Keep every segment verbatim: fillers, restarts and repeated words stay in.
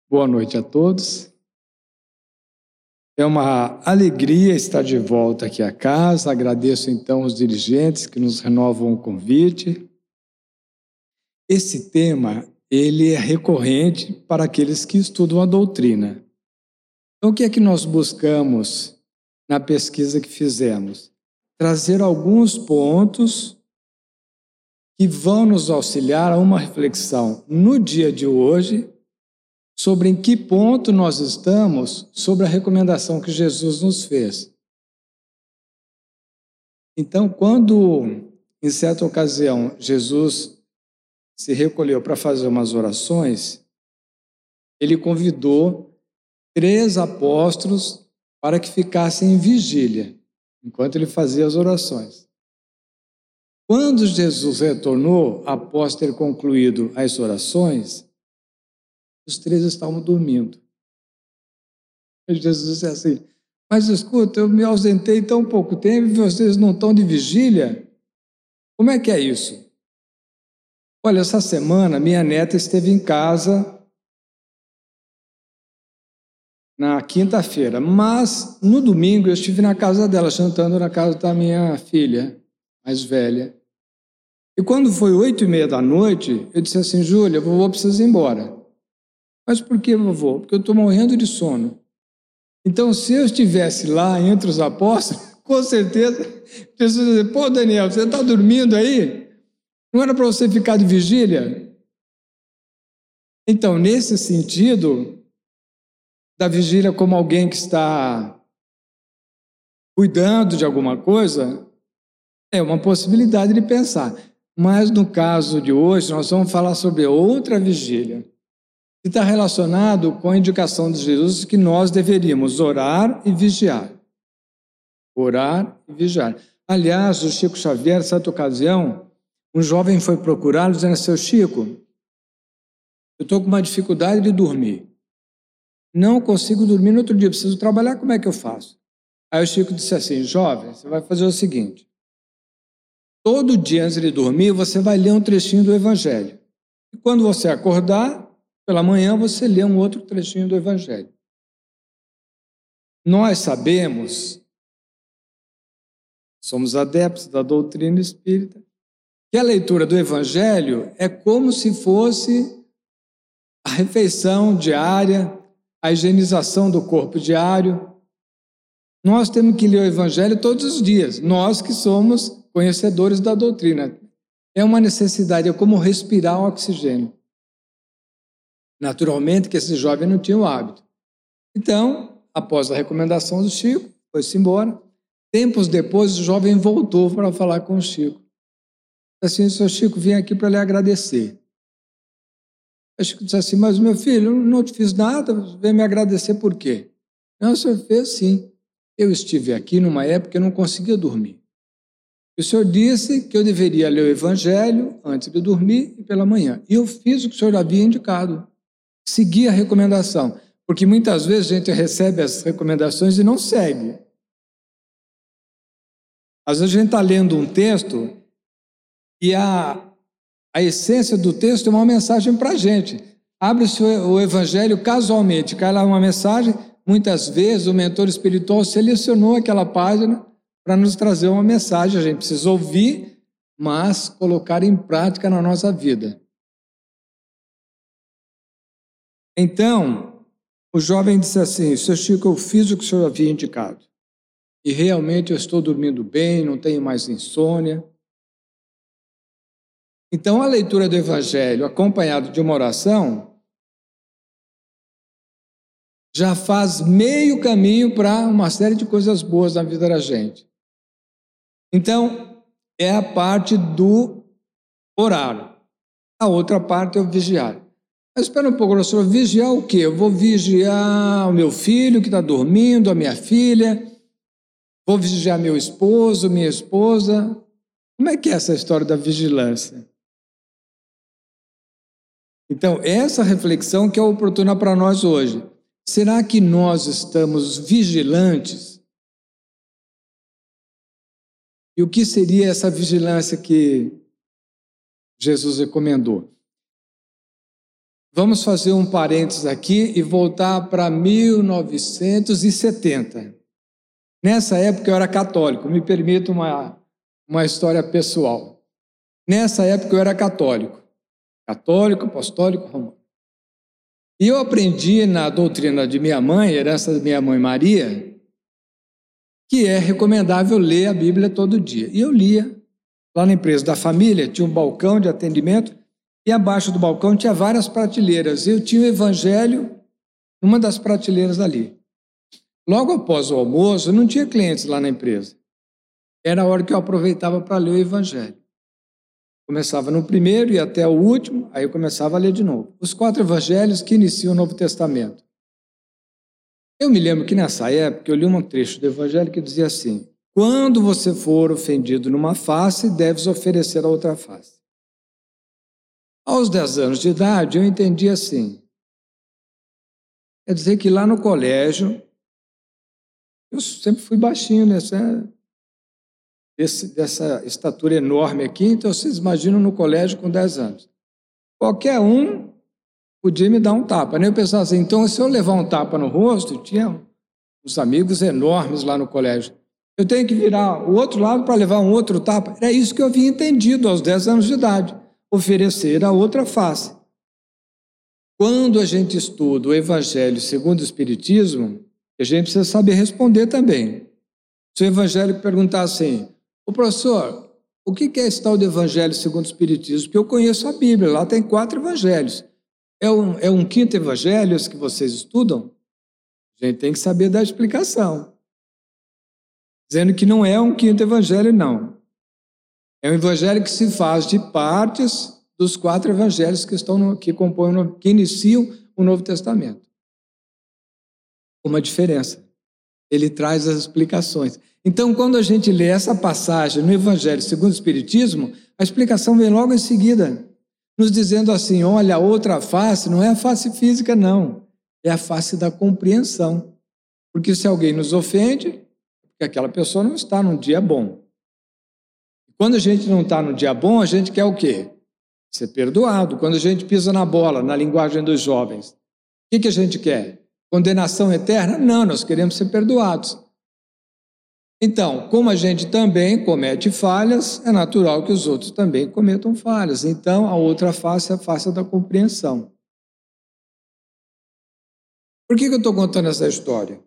Boa noite a todos. É uma alegria estar de volta aqui à casa. Agradeço então os dirigentes que nos renovam o convite. Esse tema, ele é recorrente para aqueles que estudam a doutrina. Então, o que é que nós buscamos na pesquisa que fizemos? Trazer alguns pontos que vão nos auxiliar a uma reflexão no dia de hoje sobre em que ponto nós estamos sobre a recomendação que Jesus nos fez. Então, quando, em certa ocasião, Jesus se recolheu para fazer umas orações, ele convidou três apóstolos para que ficassem em vigília, enquanto ele fazia as orações. Quando Jesus retornou, após ter concluído as orações, os três estavam dormindo. E Jesus disse assim: mas escuta, eu me ausentei tão pouco tempo e vocês não estão de vigília? Como é que é isso? Olha, essa semana minha neta esteve em casa na quinta-feira, mas no domingo eu estive na casa dela, jantando na casa da minha filha mais velha. E quando foi oito e meia da noite, eu disse assim: Júlia, vovô precisa ir embora. Mas por que, vovô? Porque eu estou morrendo de sono. Então, se eu estivesse lá entre os apóstolos, com certeza, Jesus ia dizer: pô, Daniel, você está dormindo aí? Não era para você ficar de vigília? Então, nesse sentido, da vigília como alguém que está cuidando de alguma coisa, é uma possibilidade de pensar. Mas no caso de hoje, nós vamos falar sobre outra vigília, que está relacionado com a indicação de Jesus que nós deveríamos orar e vigiar. Orar e vigiar. Aliás, o Chico Xavier, em certa ocasião, um jovem foi procurá-lo dizendo assim: seu Chico, eu estou com uma dificuldade de dormir. Não consigo dormir no outro dia, preciso trabalhar, como é que eu faço? Aí o Chico disse assim: jovem, você vai fazer o seguinte, todo dia antes de dormir, você vai ler um trechinho do Evangelho. E quando você acordar, pela manhã, você lê um outro trechinho do Evangelho. Nós sabemos, somos adeptos da doutrina espírita, que a leitura do Evangelho é como se fosse a refeição diária, a higienização do corpo diário. Nós temos que ler o Evangelho todos os dias, nós que somos conhecedores da doutrina. É uma necessidade, é como respirar o oxigênio. Naturalmente que esse jovem não tinha o hábito. Então, após a recomendação do Chico, foi-se embora. Tempos depois, o jovem voltou para falar com o Chico. Assim: seu Chico, vim aqui para lhe agradecer. O Chico disse assim: mas meu filho, eu não te fiz nada, vem me agradecer por quê? Não, o senhor fez sim. Eu estive aqui numa época que eu não conseguia dormir. O senhor disse que eu deveria ler o Evangelho antes de dormir e pela manhã. E eu fiz o que o senhor havia indicado. Segui a recomendação. Porque muitas vezes a gente recebe as recomendações e não segue. Às vezes a gente está lendo um texto e a, a essência do texto é uma mensagem para a gente. Abre-se o Evangelho casualmente, cai lá uma mensagem. Muitas vezes o mentor espiritual selecionou aquela página para nos trazer uma mensagem. A gente precisa ouvir, mas colocar em prática na nossa vida. Então, o jovem disse assim: seu Chico, eu fiz o que o senhor havia indicado. E realmente eu estou dormindo bem, não tenho mais insônia. Então, a leitura do Evangelho, acompanhado de uma oração, já faz meio caminho para uma série de coisas boas na vida da gente. Então, é a parte do orar. A outra parte é o vigiar. Mas espera um pouco, professor, vigiar o quê? Eu vou vigiar o meu filho que está dormindo, a minha filha, vou vigiar meu esposo, minha esposa. Como é que é essa história da vigilância? Então, essa reflexão que é oportuna para nós hoje. Será que nós estamos vigilantes? E o que seria essa vigilância que Jesus recomendou? Vamos fazer um parênteses aqui e voltar para mil novecentos e setenta. Nessa época eu era católico, me permito uma, uma história pessoal. Nessa época eu era católico, católico, apostólico, romano. E eu aprendi na doutrina de minha mãe, herança da minha mãe Maria, que é recomendável ler a Bíblia todo dia. E eu lia. Lá na empresa da família tinha um balcão de atendimento e abaixo do balcão tinha várias prateleiras. Eu tinha o Evangelho numa das prateleiras ali. Logo após o almoço, não tinha clientes lá na empresa. Era a hora que eu aproveitava para ler o Evangelho. Começava no primeiro e até o último, aí eu começava a ler de novo. Os quatro evangelhos que iniciam o Novo Testamento. Eu me lembro que nessa época eu li um trecho do Evangelho que dizia assim: quando você for ofendido numa face, deves oferecer a outra face. Aos dez anos de idade, eu entendi assim. Quer dizer que lá no colégio, eu sempre fui baixinho, né? Desse, dessa estatura enorme aqui, então vocês imaginam no colégio com dez anos. Qualquer um podia me dar um tapa, né? Eu pensava assim, então se eu levar um tapa no rosto, tinha uns amigos enormes lá no colégio, eu tenho que virar o outro lado para levar um outro tapa. Era isso que eu havia entendido aos dez anos de idade, oferecer a outra face. Quando a gente estuda o Evangelho segundo o Espiritismo, a gente precisa saber responder também. Se o Evangelho perguntar assim: ô professor, o que é esse tal de Evangelho segundo o Espiritismo? Porque eu conheço a Bíblia, lá tem quatro evangelhos. É um, é um quinto evangelho esse que vocês estudam? A gente tem que saber dar explicação. Dizendo que não é um quinto evangelho, não. É um evangelho que se faz de partes dos quatro evangelhos que, estão no, que compõem, que iniciam o Novo Testamento. Uma diferença. Ele traz as explicações. Então, quando a gente lê essa passagem no Evangelho segundo o Espiritismo, a explicação vem logo em seguida, nos dizendo assim: olha, a outra face não é a face física, não. É a face da compreensão. Porque se alguém nos ofende, porque aquela pessoa não está num dia bom. Quando a gente não está no dia bom, a gente quer o quê? Ser perdoado. Quando a gente pisa na bola, na linguagem dos jovens, o que, que a gente quer? Condenação eterna? Não, nós queremos ser perdoados. Então, como a gente também comete falhas, é natural que os outros também cometam falhas. Então, a outra face é a face da compreensão. Por que, que eu estou contando essa história?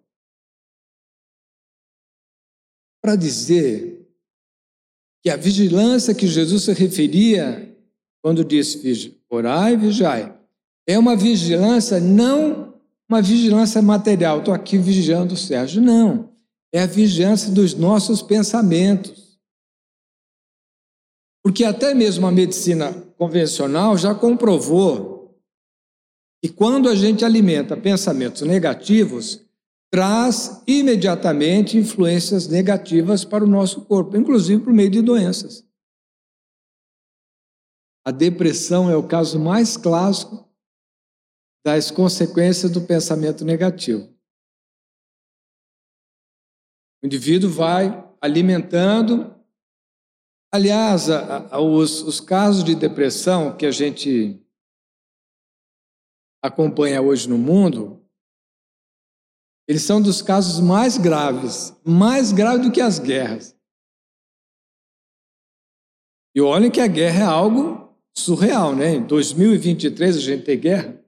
Para dizer que a vigilância que Jesus se referia quando disse orai e vigiai, é uma vigilância, não uma vigilância material. Estou aqui vigiando o Sérgio. Não. É a vigilância dos nossos pensamentos. Porque até mesmo a medicina convencional já comprovou que quando a gente alimenta pensamentos negativos, traz imediatamente influências negativas para o nosso corpo, inclusive por meio de doenças. A depressão é o caso mais clássico das consequências do pensamento negativo. O indivíduo vai alimentando. Aliás, a, a, os, os casos de depressão que a gente acompanha hoje no mundo, eles são dos casos mais graves, mais graves do que as guerras. E olhem que a guerra é algo surreal, né? Em dois mil e vinte e três a gente tem guerra.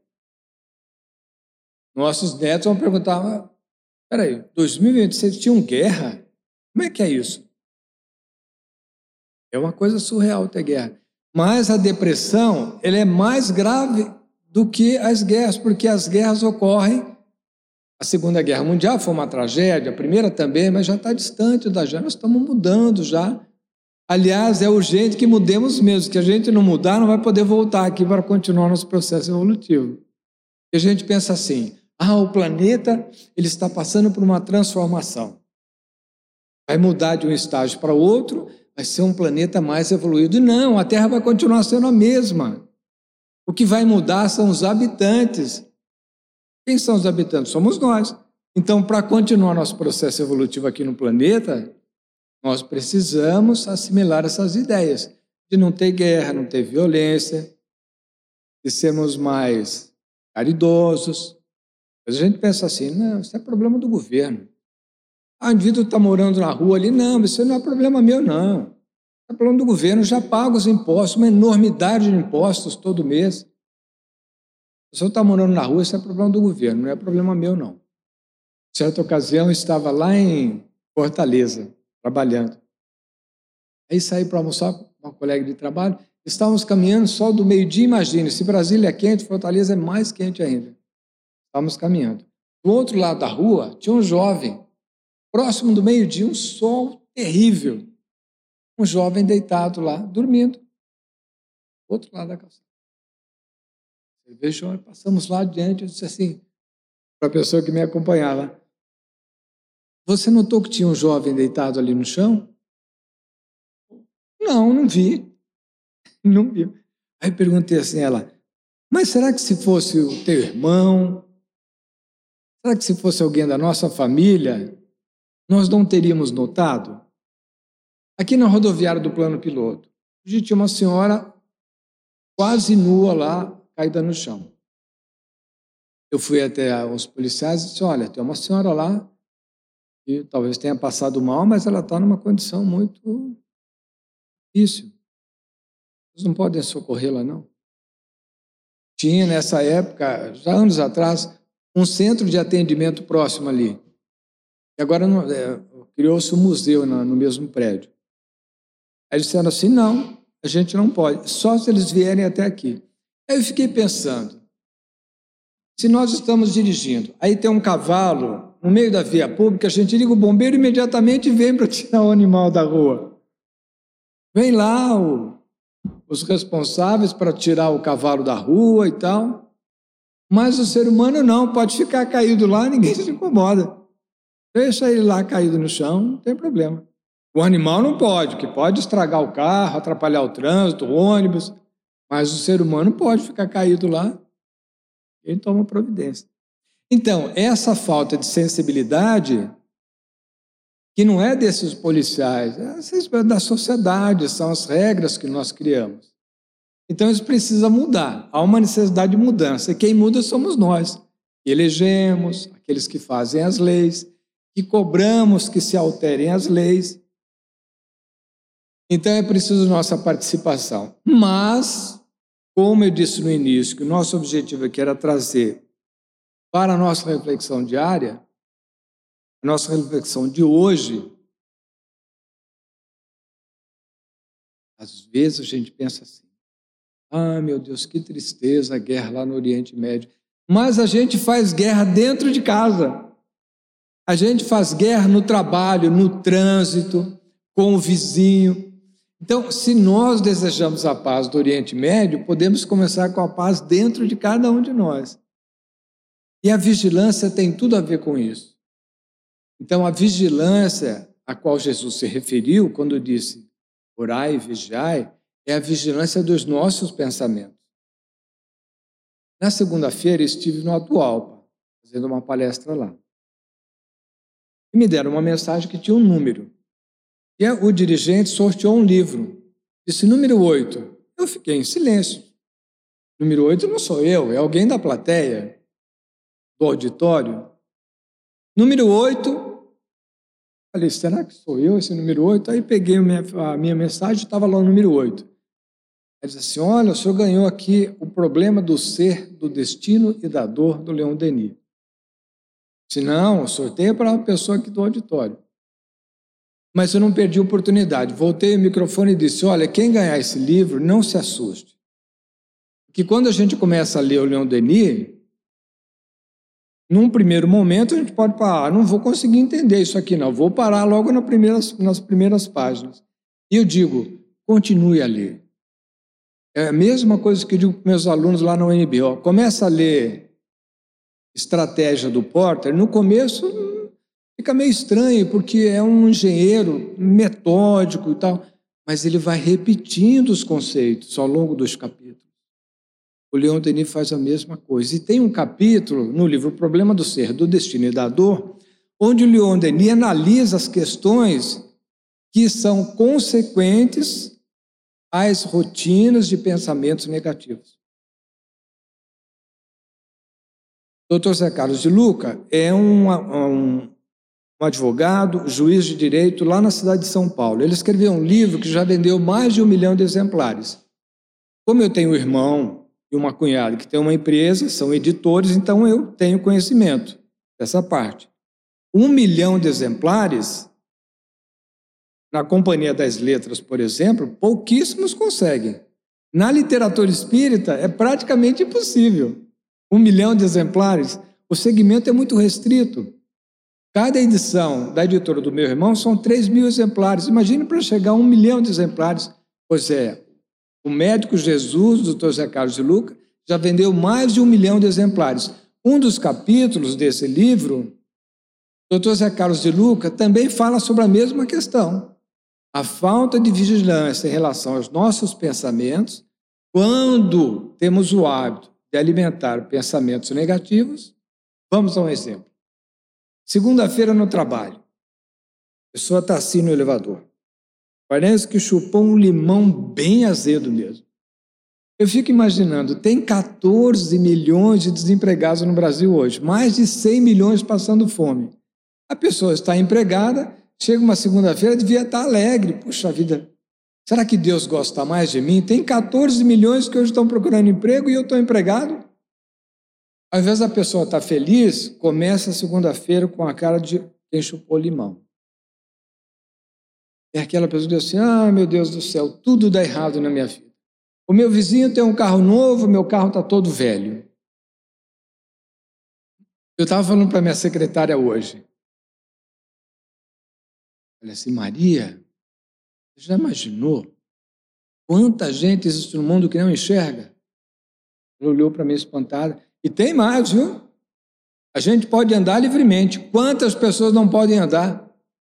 Nossos netos vão perguntar: peraí, dois mil e vinte e seis tinham guerra? Como é que é isso? É uma coisa surreal ter guerra. Mas a depressão, ela é mais grave do que as guerras, porque as guerras ocorrem. A Segunda Guerra Mundial foi uma tragédia, a primeira também, mas já está distante da gente, nós estamos mudando já. Aliás, é urgente que mudemos mesmo, que a gente não mudar, não vai poder voltar aqui para continuar nosso processo evolutivo. E a gente pensa assim: ah, o planeta ele está passando por uma transformação. Vai mudar de um estágio para outro, vai ser um planeta mais evoluído. Não, a Terra vai continuar sendo a mesma. O que vai mudar são os habitantes. Quem são os habitantes? Somos nós. Então, para continuar nosso processo evolutivo aqui no planeta, nós precisamos assimilar essas ideias de não ter guerra, não ter violência, de sermos mais caridosos. Mas a gente pensa assim, não, isso é problema do governo. Ah, o indivíduo está morando na rua ali, não, isso não é problema meu, não. É problema do governo, eu já pago os impostos, uma enormidade de impostos todo mês. Se você está morando na rua, isso é problema do governo, não é problema meu, não. Em certa ocasião, eu estava lá em Fortaleza, trabalhando. Aí saí para almoçar com uma colega de trabalho, estávamos caminhando só do meio-dia, imagine, se Brasília é quente, Fortaleza é mais quente ainda. Estávamos caminhando. Do outro lado da rua, tinha um jovem, próximo do meio-dia, um sol terrível. Um jovem deitado lá, dormindo. Do outro lado da calçada. Vejo, passamos lá adiante, eu disse assim, para a pessoa que me acompanhava, você notou que tinha um jovem deitado ali no chão? Não, não vi. Não vi. Aí perguntei assim a ela, mas será que se fosse o teu irmão, será que se fosse alguém da nossa família, nós não teríamos notado? Aqui na rodoviária do Plano Piloto, a gente tinha uma senhora quase nua lá, caída no chão. Eu fui até os policiais e disse, olha, tem uma senhora lá que talvez tenha passado mal, mas ela está numa condição muito difícil. Vocês não podem socorrê-la, não? Tinha, nessa época, já anos atrás, um centro de atendimento próximo ali. E agora é, criou-se um museu no, no mesmo prédio. Aí eles disseram assim, não, a gente não pode, só se eles vierem até aqui. Aí eu fiquei pensando, se nós estamos dirigindo, aí tem um cavalo no meio da via pública, a gente liga o bombeiro imediatamente e vem para tirar o animal da rua. Vem lá o, os responsáveis para tirar o cavalo da rua e tal. Mas o ser humano não, pode ficar caído lá, ninguém se incomoda. Deixa ele lá caído no chão, não tem problema. O animal não pode, que pode estragar o carro, atrapalhar o trânsito, o ônibus, mas o ser humano pode ficar caído lá, ele toma providência. Então, essa falta de sensibilidade, que não é desses policiais, é da sociedade, são as regras que nós criamos. Então, isso precisa mudar. Há uma necessidade de mudança. E quem muda somos nós, que elegemos, aqueles que fazem as leis, que cobramos que se alterem as leis. Então, é preciso nossa participação. Mas, como eu disse no início, que o nosso objetivo aqui era trazer para a nossa reflexão diária, a nossa reflexão de hoje, às vezes a gente pensa assim, ah, meu Deus, que tristeza a guerra lá no Oriente Médio. Mas a gente faz guerra dentro de casa. A gente faz guerra no trabalho, no trânsito, com o vizinho. Então, se nós desejamos a paz do Oriente Médio, podemos começar com a paz dentro de cada um de nós. E a vigilância tem tudo a ver com isso. Então, a vigilância a qual Jesus se referiu quando disse orai e vigiai, é a vigilância dos nossos pensamentos. Na segunda-feira, estive no Atualpa, fazendo uma palestra lá. E me deram uma mensagem que tinha um número. E o dirigente sorteou um livro. Disse, número oito. Eu fiquei em silêncio. Número oito não sou eu, é alguém da plateia, do auditório. Número oito, falei, será que sou eu esse número oito? Aí peguei a minha, a minha mensagem e estava lá o número oito. Ele disse assim, olha, o senhor ganhou aqui o problema do ser, do destino e da dor do Leon Denis. Se não, sorteio para uma pessoa aqui do auditório. Mas eu não perdi a oportunidade. Voltei o microfone e disse, olha, quem ganhar esse livro, não se assuste. Porque quando a gente começa a ler o Leon Denis, num primeiro momento a gente pode parar, ah, não vou conseguir entender isso aqui não, vou parar logo nas primeiras, nas primeiras páginas. E eu digo, continue a ler. É a mesma coisa que eu digo para meus alunos lá na U N B, ó, começa a ler Estratégia do Porter, no começo fica meio estranho, porque é um engenheiro metódico e tal, mas ele vai repetindo os conceitos ao longo dos capítulos. O Leon Denis faz a mesma coisa. E tem um capítulo no livro O Problema do Ser, do Destino e da Dor, onde o Leon Denis analisa as questões que são consequentes às rotinas de pensamentos negativos. doutor Zé Carlos de Luca é um, um, um advogado, juiz de direito lá na cidade de São Paulo. Ele escreveu um livro que já vendeu mais de um milhão de exemplares. Como eu tenho um irmão e uma cunhada que tem uma empresa, são editores, então eu tenho conhecimento dessa parte. Um milhão de exemplares, na Companhia das Letras, por exemplo, pouquíssimos conseguem. Na literatura espírita é praticamente impossível. Um milhão de exemplares, o segmento é muito restrito. Cada edição da editora do meu irmão são três mil exemplares. Imagine para chegar a um milhão de exemplares. Pois é, o Médico Jesus, do doutor Zé Carlos de Luca, já vendeu mais de um milhão de exemplares. Um dos capítulos desse livro, o doutor Zé Carlos de Luca também fala sobre a mesma questão. A falta de vigilância em relação aos nossos pensamentos, quando temos o hábito de alimentar pensamentos negativos. Vamos a um exemplo. Segunda-feira no trabalho, a pessoa está assim no elevador. Parece que chupou um limão bem azedo mesmo. Eu fico imaginando, tem quatorze milhões de desempregados no Brasil hoje, mais de cem milhões passando fome. A pessoa está empregada, chega uma segunda-feira, devia estar alegre. Puxa vida, será que Deus gosta mais de mim? Tem quatorze milhões que hoje estão procurando emprego e eu estou empregado. Ao invés da pessoa estar feliz, começa a segunda-feira com a cara de quem chupou limão. É aquela pessoa que diz assim, ah, meu Deus do céu, tudo dá errado na minha vida. O meu vizinho tem um carro novo, meu carro está todo velho. Eu estava falando para minha secretária hoje. Olha assim, Maria, você já imaginou quanta gente existe no mundo que não enxerga? Ela olhou para mim espantada. E tem mais, viu? A gente pode andar livremente. Quantas pessoas não podem andar?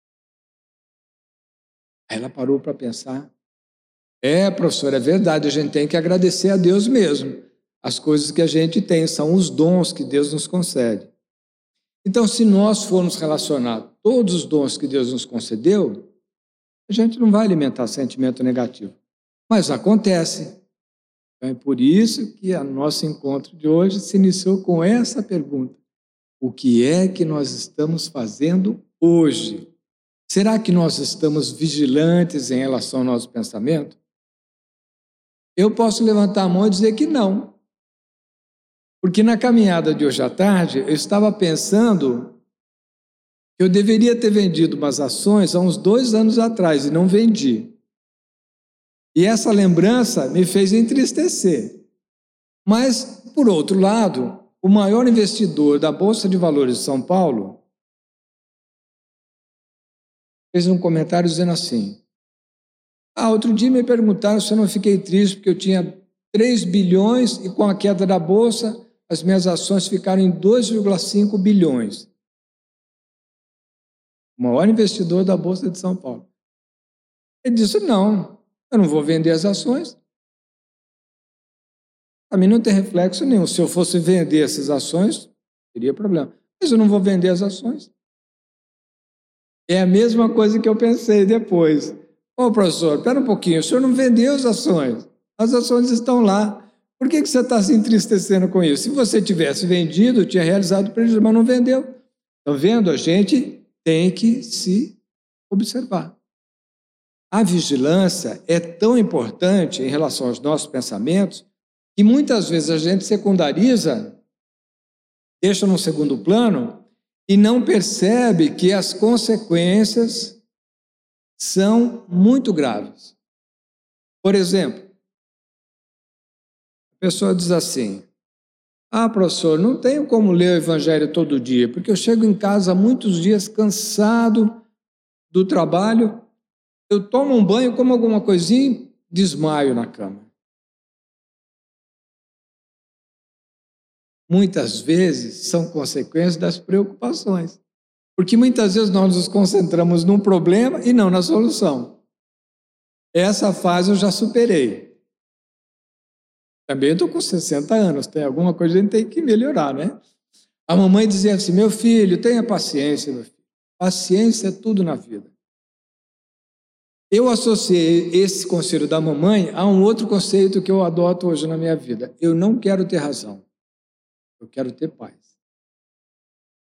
Aí ela parou para pensar. É, professora, é verdade, a gente tem que agradecer a Deus mesmo. As coisas que a gente tem são os dons que Deus nos concede. Então, se nós formos relacionar todos os dons que Deus nos concedeu, a gente não vai alimentar sentimento negativo. Mas acontece. Então, é por isso que o nosso encontro de hoje se iniciou com essa pergunta. O que é que nós estamos fazendo hoje? Será que nós estamos vigilantes em relação ao nosso pensamento? Eu posso levantar a mão e dizer que não. Porque na caminhada de hoje à tarde, eu estava pensando que eu deveria ter vendido umas ações há uns dois anos atrás e não vendi. E essa lembrança me fez entristecer. Mas, por outro lado, o maior investidor da Bolsa de Valores de São Paulo fez um comentário dizendo assim, ah, outro dia me perguntaram se eu não fiquei triste porque eu tinha três bilhões e com a queda da Bolsa as minhas ações ficaram em dois vírgula cinco bilhões. O maior investidor da Bolsa de São Paulo. Ele disse, não, eu não vou vender as ações. Para mim não tem reflexo nenhum. Se eu fosse vender essas ações, teria problema. Mas eu não vou vender as ações. É a mesma coisa que eu pensei depois. Ô, professor, espera um pouquinho, o senhor não vendeu as ações. As ações estão lá. Por que que você está se entristecendo com isso? Se você tivesse vendido, tinha realizado prejuízo, mas não vendeu. Estão vendo? A gente tem que se observar. A vigilância é tão importante em relação aos nossos pensamentos que muitas vezes a gente secundariza, deixa no segundo plano e não percebe que as consequências são muito graves. Por exemplo, a pessoa diz assim, ah, professor, não tenho como ler o Evangelho todo dia, porque eu chego em casa muitos dias cansado do trabalho, eu tomo um banho, como alguma coisinha e desmaio na cama. Muitas vezes são consequências das preocupações, porque muitas vezes nós nos concentramos num problema e não na solução. Essa fase eu já superei. Também estou com sessenta anos, tem alguma coisa que a gente tem que melhorar, né? A mamãe dizia assim, meu filho, tenha paciência, meu filho. Paciência é tudo na vida. Eu associei esse conselho da mamãe a um outro conceito que eu adoto hoje na minha vida. Eu não quero ter razão, eu quero ter paz.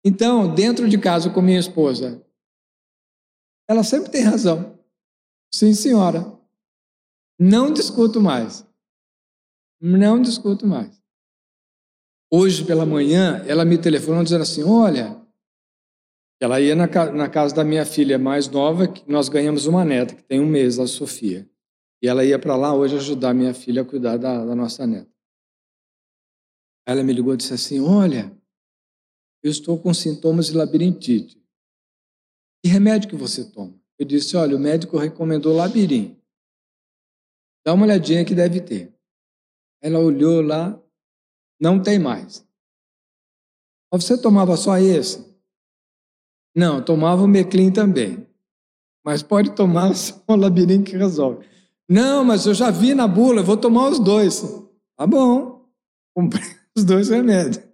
Então, dentro de casa com minha esposa, ela sempre tem razão. Sim, senhora. Não discuto mais. Não discuto mais. Hoje pela manhã, ela me telefonou dizendo assim, olha, ela ia na, na casa da minha filha mais nova, que nós ganhamos uma neta, que tem um mês, a Sofia. E ela ia para lá hoje ajudar minha filha a cuidar da, da nossa neta. Ela me ligou e disse assim, olha, eu estou com sintomas de labirintite. Que remédio que você toma? Eu disse, olha, o médico recomendou Labirin. Dá uma olhadinha que deve ter. Ela olhou lá, não tem mais. Mas você tomava só esse? Não, eu tomava o Meclin também. Mas pode tomar só o Labirin que resolve. Não, mas eu já vi na bula, eu vou tomar os dois. Tá bom, comprei os dois remédios.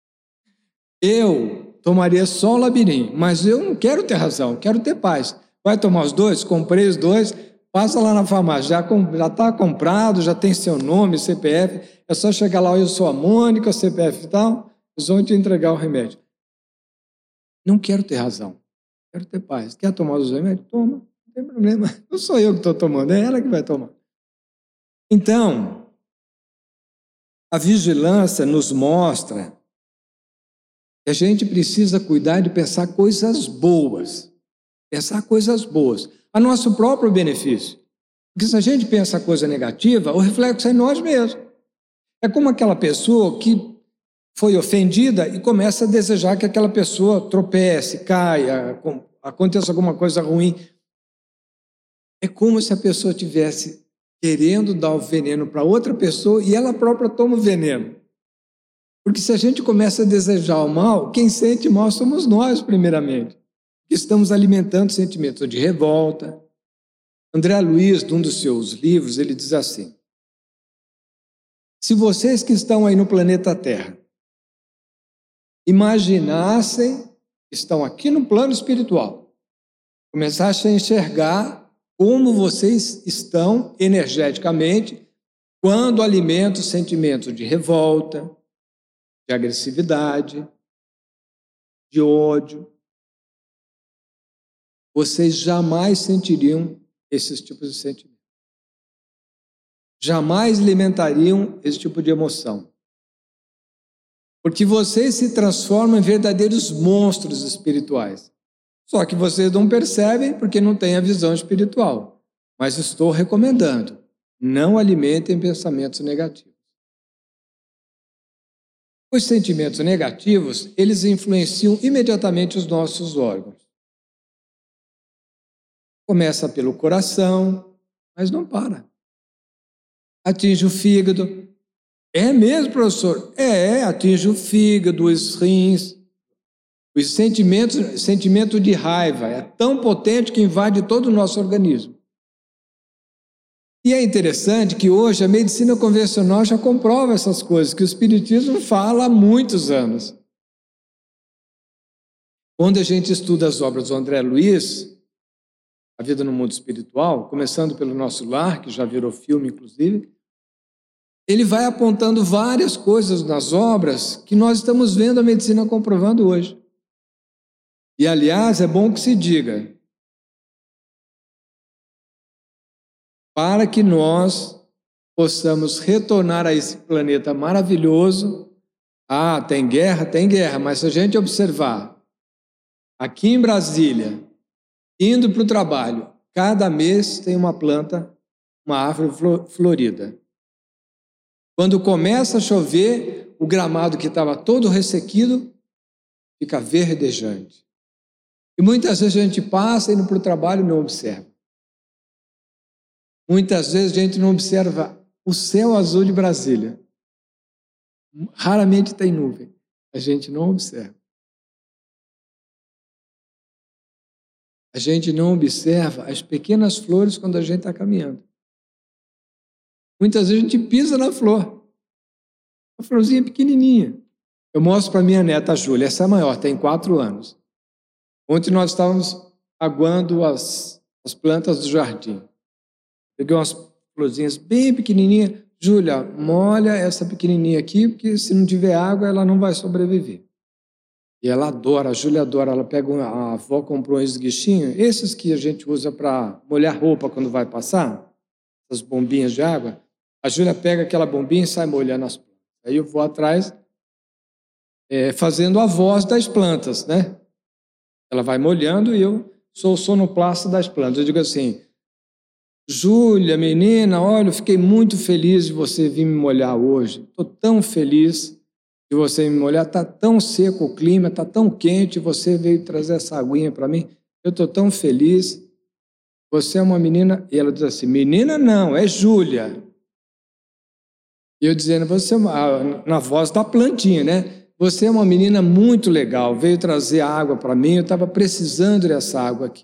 Eu tomaria só o Labirin, mas eu não quero ter razão, quero ter paz. Vai tomar os dois? Comprei os dois, passa lá na farmácia, já está comprado, já tem seu nome, C P F, é só chegar lá, eu sou a Mônica, C P F e tal, eles vão te entregar o remédio. Não quero ter razão, quero ter paz. Quer tomar os remédios? Toma, não tem problema. Não sou eu que estou tomando, é ela que vai tomar. Então, a vigilância nos mostra que a gente precisa cuidar de pensar coisas boas, pensar coisas boas, a nosso próprio benefício. Porque se a gente pensa coisa negativa, o reflexo é em nós mesmos. É como aquela pessoa que foi ofendida e começa a desejar que aquela pessoa tropece, caia, aconteça alguma coisa ruim. É como se a pessoa tivesse querendo dar o veneno para outra pessoa e ela própria toma o veneno. Porque se a gente começa a desejar o mal, quem sente mal somos nós, primeiramente. Que estamos alimentando sentimentos de revolta. André Luiz, num dos seus livros, ele diz assim, se vocês que estão aí no planeta Terra imaginassem, estão aqui no plano espiritual, começassem a enxergar como vocês estão energeticamente quando alimentam sentimentos de revolta, de agressividade, de ódio, vocês jamais sentiriam esses tipos de sentimentos. Jamais alimentariam esse tipo de emoção. Porque vocês se transformam em verdadeiros monstros espirituais. Só que vocês não percebem porque não têm a visão espiritual. Mas estou recomendando, não alimentem pensamentos negativos. Os sentimentos negativos, eles influenciam imediatamente os nossos órgãos. Começa pelo coração, mas não para. Atinge o fígado. É mesmo, professor? É, atinge o fígado, os rins. Os sentimentos, sentimento de raiva é tão potente que invade todo o nosso organismo. E é interessante que hoje a medicina convencional já comprova essas coisas, que o Espiritismo fala há muitos anos. Quando a gente estuda as obras do André Luiz, A Vida no Mundo Espiritual, começando pelo Nosso Lar, que já virou filme, inclusive, ele vai apontando várias coisas nas obras que nós estamos vendo a medicina comprovando hoje. E, aliás, é bom que se diga, para que nós possamos retornar a esse planeta maravilhoso. Ah, tem guerra? Tem guerra, mas se a gente observar, aqui em Brasília, indo para o trabalho, cada mês tem uma planta, uma árvore florida. Quando começa a chover, o gramado que estava todo ressequido fica verdejante. E muitas vezes a gente passa indo para o trabalho e não observa. Muitas vezes a gente não observa o céu azul de Brasília. Raramente tem nuvem. A gente não observa. A gente não observa as pequenas flores quando a gente está caminhando. Muitas vezes a gente pisa na flor. Uma florzinha pequenininha. Eu mostro para minha neta, a Júlia, essa é a maior, tem quatro anos. Ontem nós estávamos aguando as, as plantas do jardim. Peguei umas florzinhas bem pequenininhas. Júlia, molha essa pequenininha aqui, porque se não tiver água, ela não vai sobreviver. E ela adora, a Júlia adora, ela pega, um, a avó comprou um esguichinho, esses que a gente usa para molhar roupa quando vai passar, essas bombinhas de água. A Júlia pega aquela bombinha e sai molhando as plantas. Aí eu vou atrás, é, fazendo a voz das plantas, né? Ela vai molhando e eu sou o sonoplasta das plantas. Eu digo assim: Júlia, menina, olha, eu fiquei muito feliz de você vir me molhar hoje. Estou tão feliz de você me molhar. Está tão seco o clima, está tão quente, você veio trazer essa aguinha para mim. Eu estou tão feliz. Você é uma menina... E ela diz assim: menina não, é Júlia. E eu dizendo, você é uma... na voz da plantinha, né? Você é uma menina muito legal, veio trazer água para mim, eu estava precisando dessa água aqui.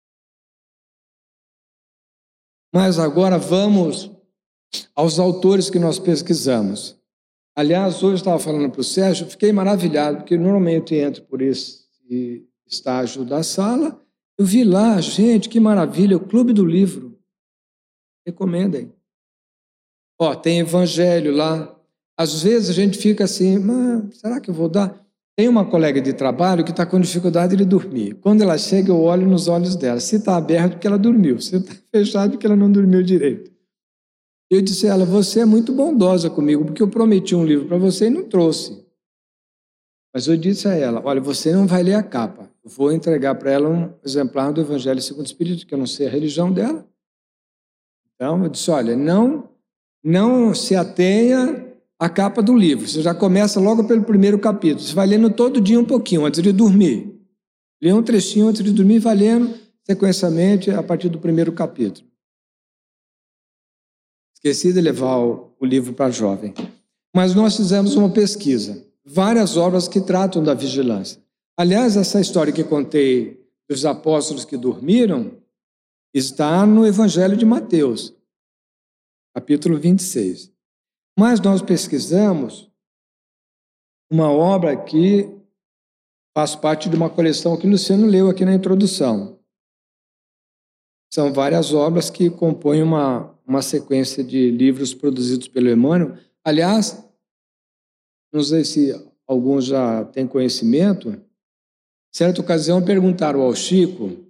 Mas agora vamos aos autores que nós pesquisamos. Aliás, hoje eu estava falando para o Sérgio, fiquei maravilhado, porque normalmente eu entro por esse estágio da sala, eu vi lá, gente, que maravilha, o Clube do Livro. Recomendem. Ó, tem evangelho lá. Às vezes a gente fica assim, mas será que eu vou dar? Tem uma colega de trabalho que está com dificuldade de dormir. Quando ela chega, eu olho nos olhos dela. Se está aberto, porque ela dormiu. Se está fechado, porque ela não dormiu direito. Eu disse a ela, você é muito bondosa comigo, porque eu prometi um livro para você e não trouxe. Mas eu disse a ela, olha, você não vai ler a capa. Eu vou entregar para ela um exemplar do Evangelho segundo o Espírito, que eu não sei a religião dela. Então, eu disse, olha, não, não se atenha à capa do livro. Você já começa logo pelo primeiro capítulo. Você vai lendo todo dia um pouquinho, antes de dormir. Lê um trechinho antes de dormir e vai lendo sequencialmente a partir do primeiro capítulo. Esqueci de levar o, o livro para jovem. Mas nós fizemos uma pesquisa. Várias obras que tratam da vigilância. Aliás, essa história que contei dos apóstolos que dormiram está no Evangelho de Mateus, capítulo vinte e seis. Mas nós pesquisamos uma obra que faz parte de uma coleção que o Luciano leu aqui na introdução. São várias obras que compõem uma, uma sequência de livros produzidos pelo Emmanuel. Aliás, não sei se alguns já têm conhecimento, certa ocasião perguntaram ao Chico,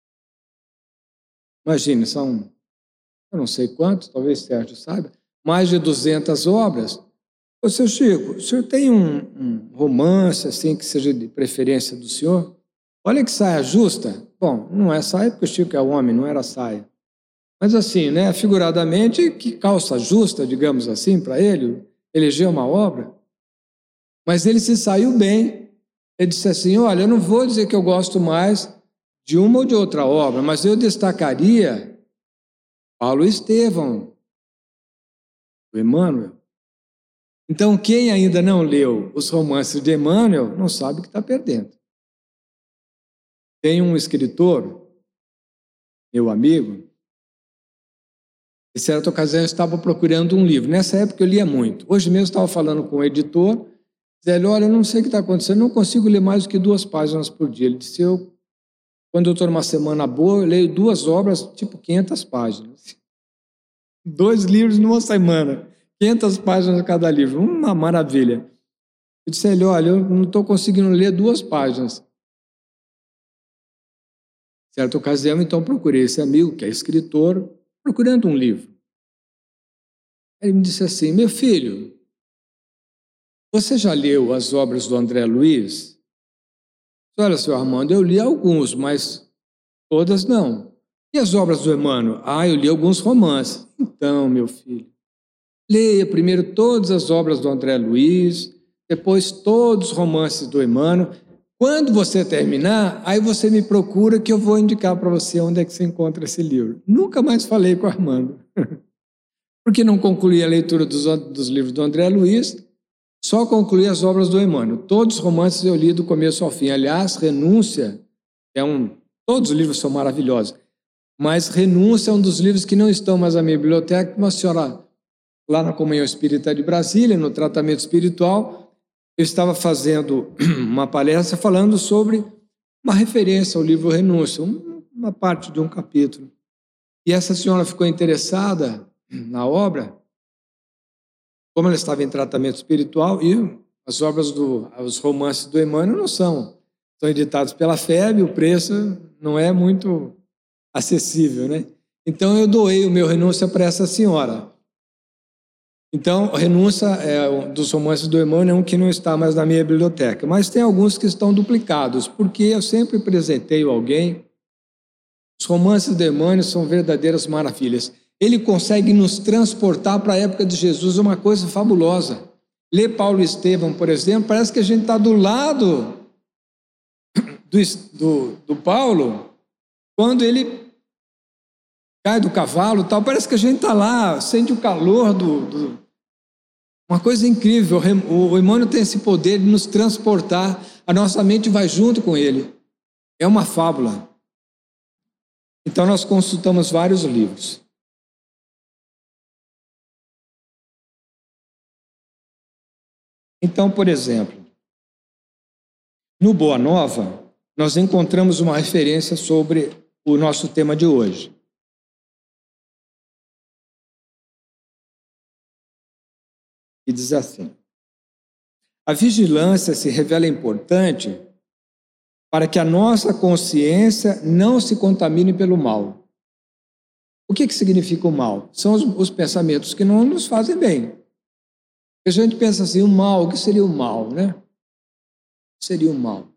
imagine, são, eu não sei quantos, talvez o Sérgio saiba, mais de duzentas obras. Ô, seu Chico, o senhor tem um, um romance assim que seja de preferência do senhor? Olha que saia justa. Bom, não é saia porque o Chico é homem, não era saia. Mas assim, né, figuradamente, que calça justa, digamos assim, para ele, eleger uma obra. Mas ele se saiu bem. Ele disse assim, olha, eu não vou dizer que eu gosto mais de uma ou de outra obra, mas eu destacaria Paulo e Estevão, do Emmanuel. Então, quem ainda não leu os romances de Emmanuel, não sabe o que está perdendo. Tem um escritor, meu amigo, em certa ocasião eu estava procurando um livro. Nessa época eu lia muito. Hoje mesmo eu estava falando com o editor, dizendo, olha, eu não sei o que está acontecendo, não consigo ler mais do que duas páginas por dia. Ele disse, eu, quando eu estou numa semana boa, eu leio duas obras, tipo quinhentas páginas. Dois livros numa semana, quinhentas páginas cada livro, uma maravilha. Eu disse a ele, olha, eu não estou conseguindo ler duas páginas. Em certa ocasião, então, procurei esse amigo, que é escritor, procurando um livro. Ele me disse assim, meu filho, você já leu as obras do André Luiz? Olha, senhor Armando, eu li alguns, mas todas não. E as obras do Emmanuel? Ah, eu li alguns romances. Então, meu filho, leia primeiro todas as obras do André Luiz, depois todos os romances do Emmanuel. Quando você terminar, aí você me procura que eu vou indicar para você onde é que você encontra esse livro. Nunca mais falei com o Armando, porque não concluí a leitura dos, dos livros do André Luiz, só concluí as obras do Emmanuel. Todos os romances eu li do começo ao fim. Aliás, Renúncia é um... Todos os livros são maravilhosos, mas Renúncia é um dos livros que não estão mais na minha biblioteca. Uma senhora, lá na Comunhão Espírita de Brasília, no tratamento espiritual, eu estava fazendo uma palestra falando sobre uma referência ao livro Renúncia, uma parte de um capítulo. E essa senhora ficou interessada na obra, como ela estava em tratamento espiritual, e As obras do, os romances do Emmanuel não são, são editados pela F E B, o preço não é muito acessível, né? Então eu doei o meu Renúncia para essa senhora. Então, a Renúncia é, dos romances do Emmanuel é um que não está mais na minha biblioteca, mas tem alguns que estão duplicados, porque eu sempre presenteio alguém. Os romances do Emmanuel são verdadeiras maravilhas. Ele consegue nos transportar para a época de Jesus, uma coisa fabulosa. Ler Paulo Estevam, por exemplo, parece que a gente está do lado do, do, do Paulo, quando ele cai do cavalo e tal, parece que a gente está lá, sente o calor do, do... Uma coisa incrível, o Emmanuel tem esse poder de nos transportar, a nossa mente vai junto com ele. É uma fábula. Então nós consultamos vários livros. Então, por exemplo, no Boa Nova, nós encontramos uma referência sobre o nosso tema de hoje. E diz assim: a vigilância se revela importante para que a nossa consciência não se contamine pelo mal. O que, que significa o mal? São os, os pensamentos que não nos fazem bem. A gente pensa assim, o mal, o que seria o mal, né? O que seria o mal?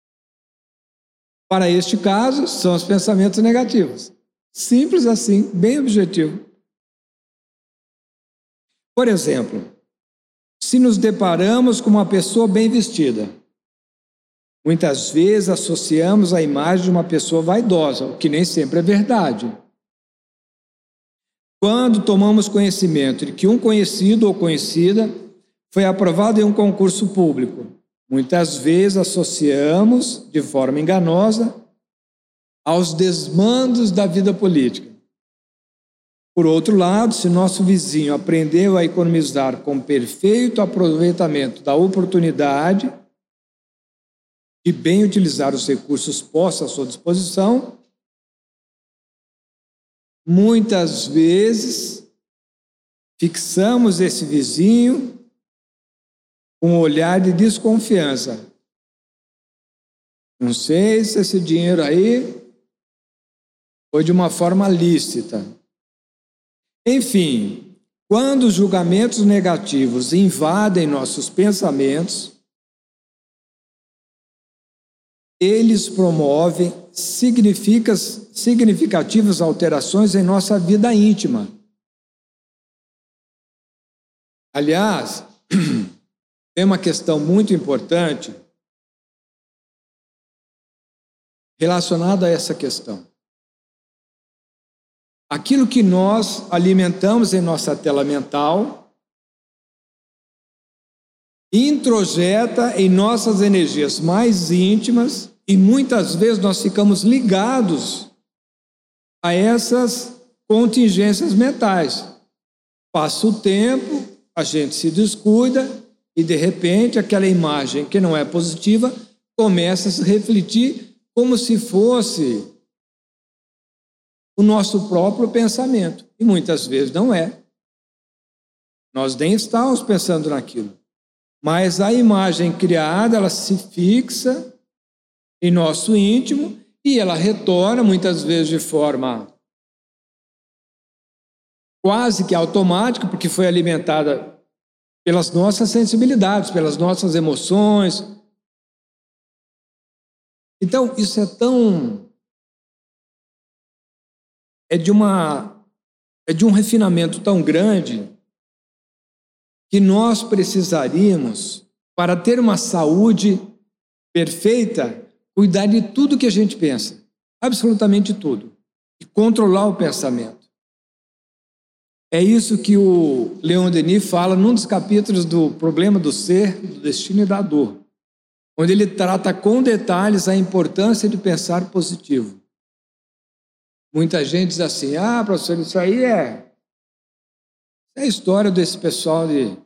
Para este caso, são os pensamentos negativos. Simples assim, bem objetivo. Por exemplo, se nos deparamos com uma pessoa bem vestida, muitas vezes associamos a imagem de uma pessoa vaidosa, o que nem sempre é verdade. Quando tomamos conhecimento de que um conhecido ou conhecida foi aprovado em um concurso público, muitas vezes associamos, de forma enganosa, aos desmandos da vida política. Por outro lado, se nosso vizinho aprendeu a economizar com perfeito aproveitamento da oportunidade e bem utilizar os recursos postos à sua disposição, muitas vezes fixamos esse vizinho com um olhar de desconfiança. Não sei se esse dinheiro aí foi de uma forma lícita. Enfim, quando os julgamentos negativos invadem nossos pensamentos, eles promovem significativas alterações em nossa vida íntima. Aliás, tem uma questão muito importante relacionada a essa questão. Aquilo que nós alimentamos em nossa tela mental introjeta em nossas energias mais íntimas e muitas vezes nós ficamos ligados a essas contingências mentais. Passa o tempo, a gente se descuida e de repente aquela imagem que não é positiva começa a se refletir como se fosse o nosso próprio pensamento. E muitas vezes não é. Nós nem estamos pensando naquilo. Mas a imagem criada, ela se fixa em nosso íntimo e ela retorna, muitas vezes de forma quase que automática, porque foi alimentada pelas nossas sensibilidades, pelas nossas emoções. Então, isso é tão... É de, uma, é de um refinamento tão grande que nós precisaríamos, para ter uma saúde perfeita, cuidar de tudo que a gente pensa, absolutamente tudo, e controlar o pensamento. É isso que o Leon Denis fala num dos capítulos do Problema do Ser, do Destino e da Dor, onde ele trata com detalhes a importância de pensar positivo. Muita gente diz assim, ah, professor, isso aí é, é a história desse pessoal de...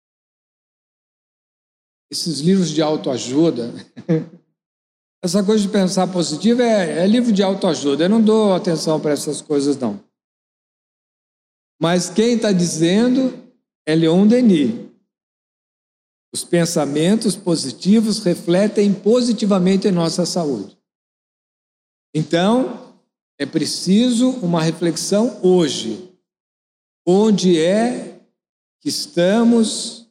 esses livros de autoajuda. Essa coisa de pensar positivo é, é livro de autoajuda. Eu não dou atenção para essas coisas, não. Mas quem está dizendo é Leon Denis. Os pensamentos positivos refletem positivamente em nossa saúde. Então, é preciso uma reflexão hoje. Onde é que estamos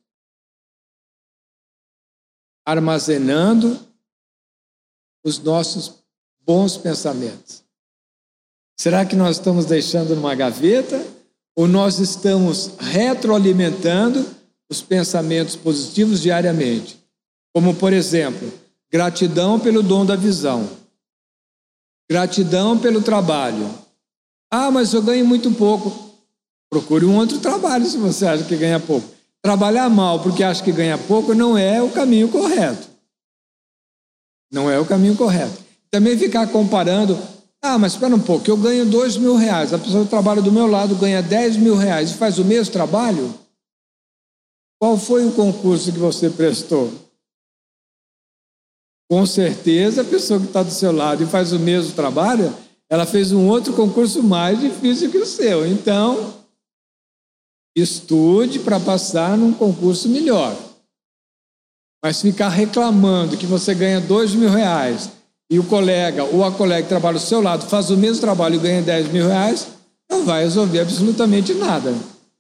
armazenando os nossos bons pensamentos? Será que nós estamos deixando numa gaveta ou nós estamos retroalimentando os pensamentos positivos diariamente? Como, por exemplo, gratidão pelo dom da visão, gratidão pelo trabalho. Ah, mas eu ganho muito pouco. Procure um outro trabalho se você acha que ganha pouco. Trabalhar mal porque acha que ganha pouco não é o caminho correto. Não é o caminho correto. Também ficar comparando, ah, mas espera um pouco, eu ganho dois mil reais, a pessoa que trabalha do meu lado ganha dez mil reais e faz o mesmo trabalho? Qual foi o concurso que você prestou? Com certeza a pessoa que está do seu lado e faz o mesmo trabalho, ela fez um outro concurso mais difícil que o seu. Então, estude para passar num concurso melhor. Mas ficar reclamando que você ganha dois mil reais e o colega ou a colega que trabalha do seu lado faz o mesmo trabalho e ganha dez mil reais, não vai resolver absolutamente nada.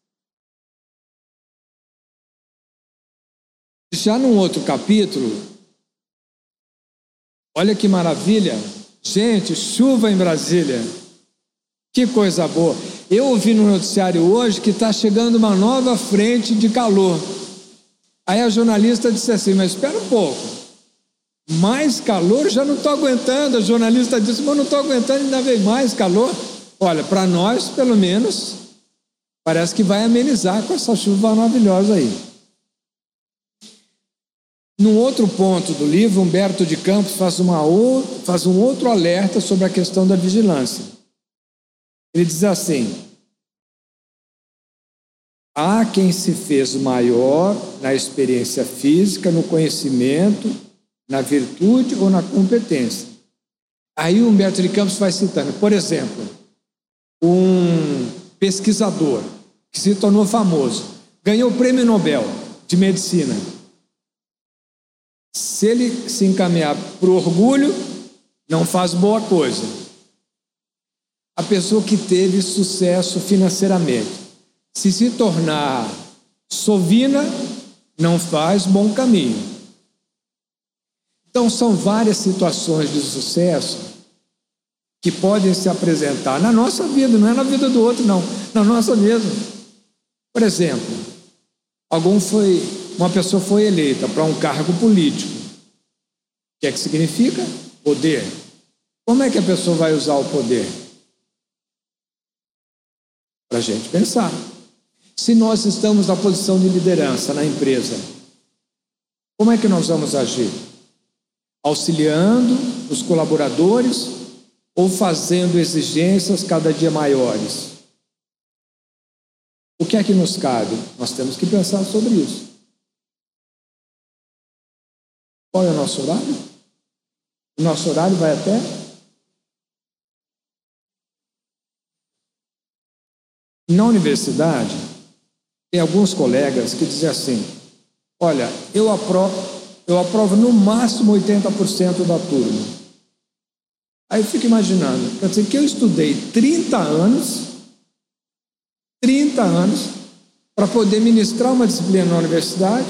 Já num outro capítulo, olha que maravilha, gente, chuva em Brasília, que coisa boa. Eu ouvi no noticiário hoje que está chegando uma nova frente de calor. Aí a jornalista disse assim, mas espera um pouco, mais calor? Já não estou aguentando. A jornalista disse, mas eu não estou aguentando, ainda vem mais calor. Olha, para nós, pelo menos, parece que vai amenizar com essa chuva maravilhosa aí. Num outro ponto do livro, Humberto de Campos faz, uma, faz um outro alerta sobre a questão da vigilância. Ele diz assim, há quem se fez maior na experiência física, no conhecimento, na virtude ou na competência. Aí o Humberto de Campos vai citando, por exemplo, um pesquisador que se tornou famoso, ganhou o prêmio Nobel de Medicina. Se ele se encaminhar para o orgulho, não faz boa coisa. A pessoa que teve sucesso financeiramente, se se tornar sovina, não faz bom caminho. Então, são várias situações de sucesso que podem se apresentar na nossa vida, não é na vida do outro, não, na nossa mesmo. Por exemplo, algum foi, uma pessoa foi eleita para um cargo político. O que é que significa? Poder. Como é que a pessoa vai usar o poder? Para a gente pensar. Se nós estamos na posição de liderança na empresa, como é que nós vamos agir? Auxiliando os colaboradores ou fazendo exigências cada dia maiores? O que é que nos cabe? Nós temos que pensar sobre isso. Qual é o nosso horário? O nosso horário vai até... Na universidade, tem alguns colegas que dizem assim, olha, eu aprovo, eu aprovo no máximo oitenta por cento da turma. Aí eu fico imaginando, quer dizer que eu estudei trinta anos, trinta anos, para poder ministrar uma disciplina na universidade.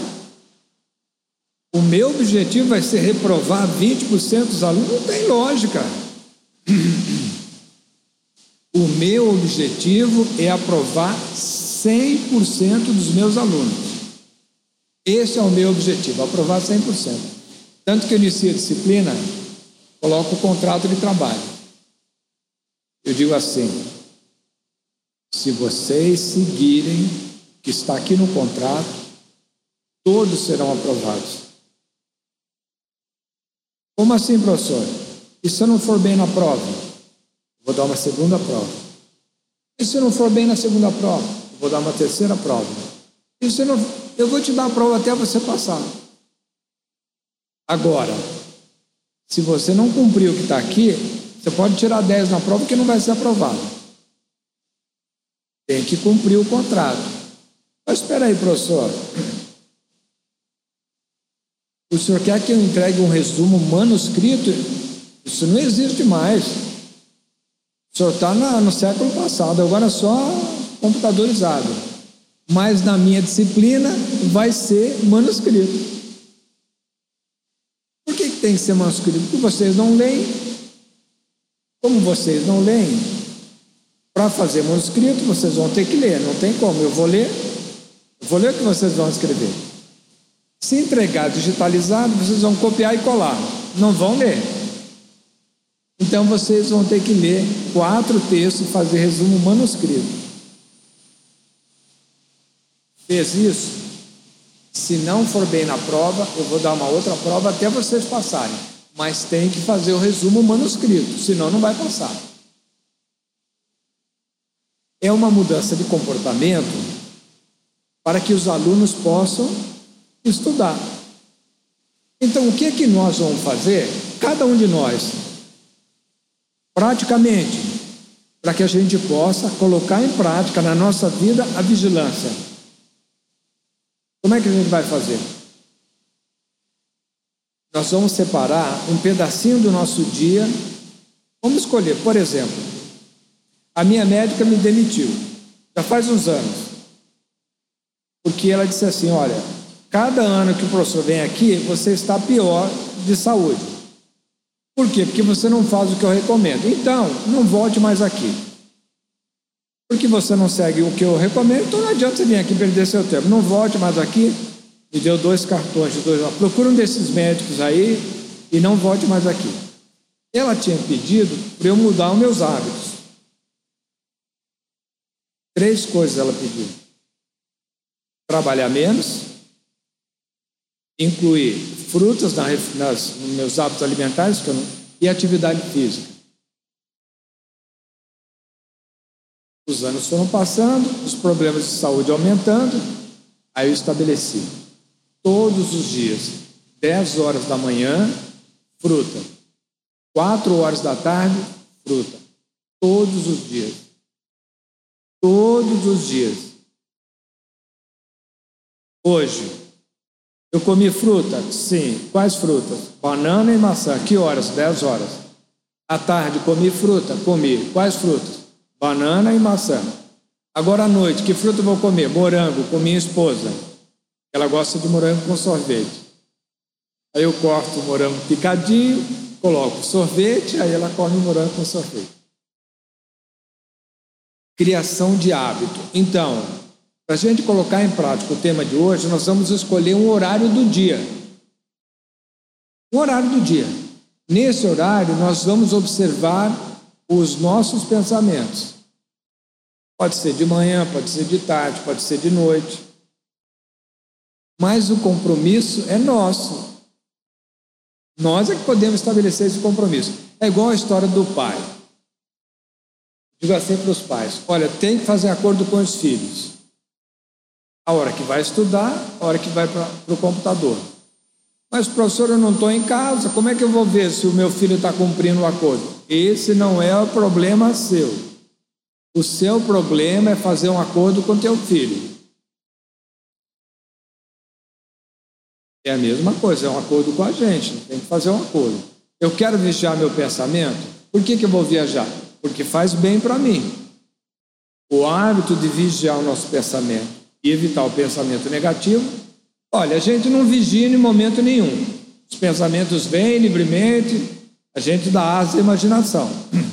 O meu objetivo vai ser reprovar vinte por cento dos alunos? Não tem lógica. O meu objetivo é aprovar cem por cento dos meus alunos. Esse é o meu objetivo, aprovar cem por cento. Tanto que eu inicio a disciplina, coloco o contrato de trabalho. Eu digo assim, se vocês seguirem o que está aqui no contrato, todos serão aprovados. Como assim, professor? E se eu não for bem na prova? Vou dar uma segunda prova. E se eu não for bem na segunda prova? Vou dar uma terceira prova. E se eu não... Eu vou te dar a prova até você passar. Agora, se você não cumprir o que está aqui, você pode tirar dez na prova que não vai ser aprovado. Tem que cumprir o contrato. Mas espera aí, professor. O senhor quer que eu entregue um resumo manuscrito? Isso não existe mais. O senhor está no século passado, agora é só computadorizado. Mas na minha disciplina vai ser manuscrito. Por que, que tem que ser manuscrito? Porque vocês não leem. Como vocês não leem, para fazer manuscrito vocês vão ter que ler. Não tem como. Eu vou ler, eu vou ler o que vocês vão escrever. Se entregar digitalizado, vocês vão copiar e colar. Não vão ler. Então vocês vão ter que ler quatro textos e fazer resumo manuscrito. Fez isso? Se não for bem na prova, eu vou dar uma outra prova até vocês passarem. Mas tem que fazer o resumo manuscrito, senão não vai passar. É uma mudança de comportamento para que os alunos possam estudar. Então, o que é que nós vamos fazer? Cada um de nós, praticamente, para que a gente possa colocar em prática na nossa vida a vigilância. Como é que a gente vai fazer? Nós vamos separar um pedacinho do nosso dia. Vamos escolher, por exemplo, a minha médica me demitiu, já faz uns anos, porque ela disse assim: olha, cada ano que o professor vem aqui, você está pior de saúde. Por quê? Porque você não faz o que eu recomendo. Então, não volte mais aqui. Porque você não segue o que eu recomendo, então não adianta você vir aqui perder seu tempo. Não volte mais aqui. Me deu dois cartões de dois. Procura um desses médicos aí e não volte mais aqui. Ela tinha pedido para eu mudar os meus hábitos. Três coisas ela pediu: trabalhar menos, incluir frutas nas, nas, nos meus hábitos alimentares que eu não, e atividade física. Os anos foram passando, os problemas de saúde aumentando, aí eu estabeleci todos os dias, dez horas da manhã, fruta, quatro horas da tarde, fruta, todos os dias, todos os dias. Hoje, eu comi fruta? Sim. Quais frutas? Banana e maçã. Que horas? dez horas. À tarde, comi fruta? Comi. Quais frutas? Banana e maçã. Agora à noite, que fruta eu vou comer? Morango, com minha esposa. Ela gosta de morango com sorvete. Aí eu corto o morango picadinho, coloco sorvete, aí ela come o morango com sorvete. Criação de hábito. Então, para a gente colocar em prática o tema de hoje, nós vamos escolher um horário do dia. Um horário do dia. Nesse horário, nós vamos observar os nossos pensamentos. Pode ser de manhã, pode ser de tarde, pode ser de noite. Mas o compromisso é nosso. Nós é que podemos estabelecer esse compromisso. É igual a história do pai. Digo assim para os pais: olha, tem que fazer acordo com os filhos. A hora que vai estudar, a hora que vai para o computador. Mas, professor, eu não estou em casa, como é que eu vou ver se o meu filho está cumprindo o acordo? Esse não é o problema seu. O seu problema é fazer um acordo com teu filho. É a mesma coisa, é um acordo com a gente, tem que fazer um acordo. Eu quero vigiar meu pensamento, por que que eu vou viajar? Porque faz bem para mim. O hábito de vigiar o nosso pensamento e evitar o pensamento negativo, olha, a gente não vigia em momento nenhum. Os pensamentos vêm livremente, a gente dá asa à imaginação.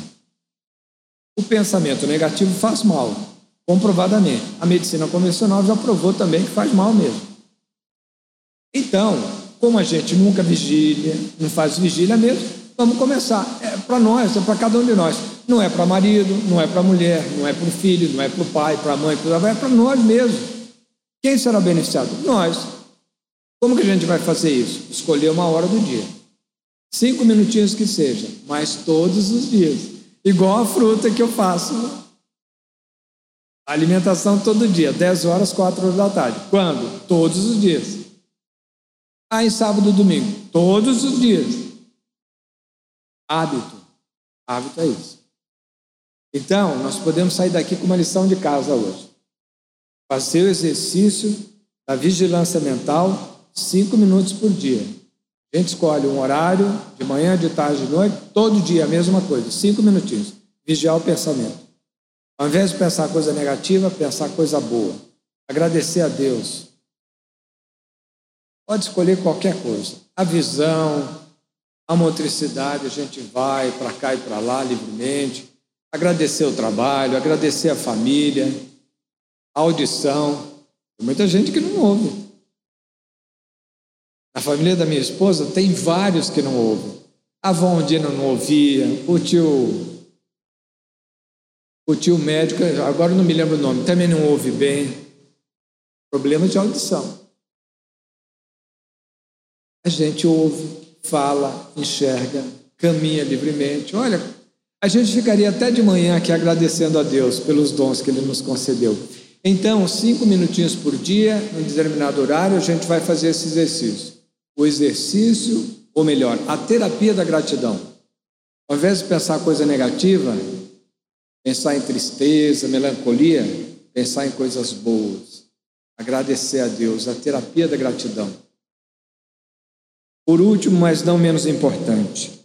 O pensamento negativo faz mal, comprovadamente. A medicina convencional já provou também que faz mal mesmo. Então, como a gente nunca vigilia, não faz vigília mesmo, vamos começar. É para nós, é para cada um de nós. Não é para marido, não é para mulher, não é para o filho, não é para o pai, para a mãe, é para nós mesmos. Quem será beneficiado? Nós. Como que a gente vai fazer isso? Escolher uma hora do dia. Cinco minutinhos que seja, mas todos os dias. Igual a fruta que eu faço. A alimentação todo dia, dez horas, quatro horas da tarde. Quando? Todos os dias. Ah, em sábado e domingo? Todos os dias. Hábito. Hábito é isso. Então, nós podemos sair daqui com uma lição de casa hoje. Fazer o exercício da vigilância mental cinco minutos por dia. A gente escolhe um horário, de manhã, de tarde, de noite, todo dia a mesma coisa, cinco minutinhos. Vigiar o pensamento. Ao invés de pensar coisa negativa, pensar coisa boa. Agradecer a Deus. Pode escolher qualquer coisa. A visão, a motricidade, a gente vai para cá e para lá livremente. Agradecer o trabalho, agradecer a família, a audição. Tem muita gente que não ouve. Na família da minha esposa tem vários que não ouvem. A avó Ondina não ouvia, o tio, o tio médico, agora não me lembro o nome, também não ouve bem. Problema de audição. A gente ouve, fala, enxerga, caminha livremente. Olha, a gente ficaria até de manhã aqui agradecendo a Deus pelos dons que Ele nos concedeu. Então, cinco minutinhos por dia, em determinado horário, a gente vai fazer esse exercício. O exercício, ou melhor, a terapia da gratidão. Ao invés de pensar coisa negativa, pensar em tristeza, melancolia, pensar em coisas boas. Agradecer a Deus, a terapia da gratidão. Por último, mas não menos importante,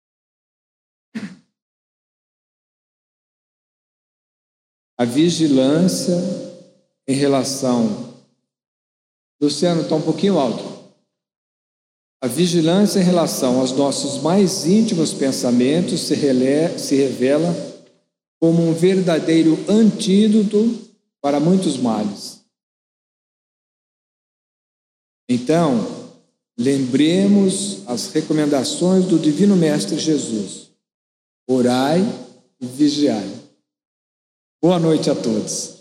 a vigilância em relação... Luciano, está um pouquinho alto. A vigilância em relação aos nossos mais íntimos pensamentos se, rele... se revela como um verdadeiro antídoto para muitos males. Então, lembremos as recomendações do Divino Mestre Jesus. Orai e vigiai. Boa noite a todos.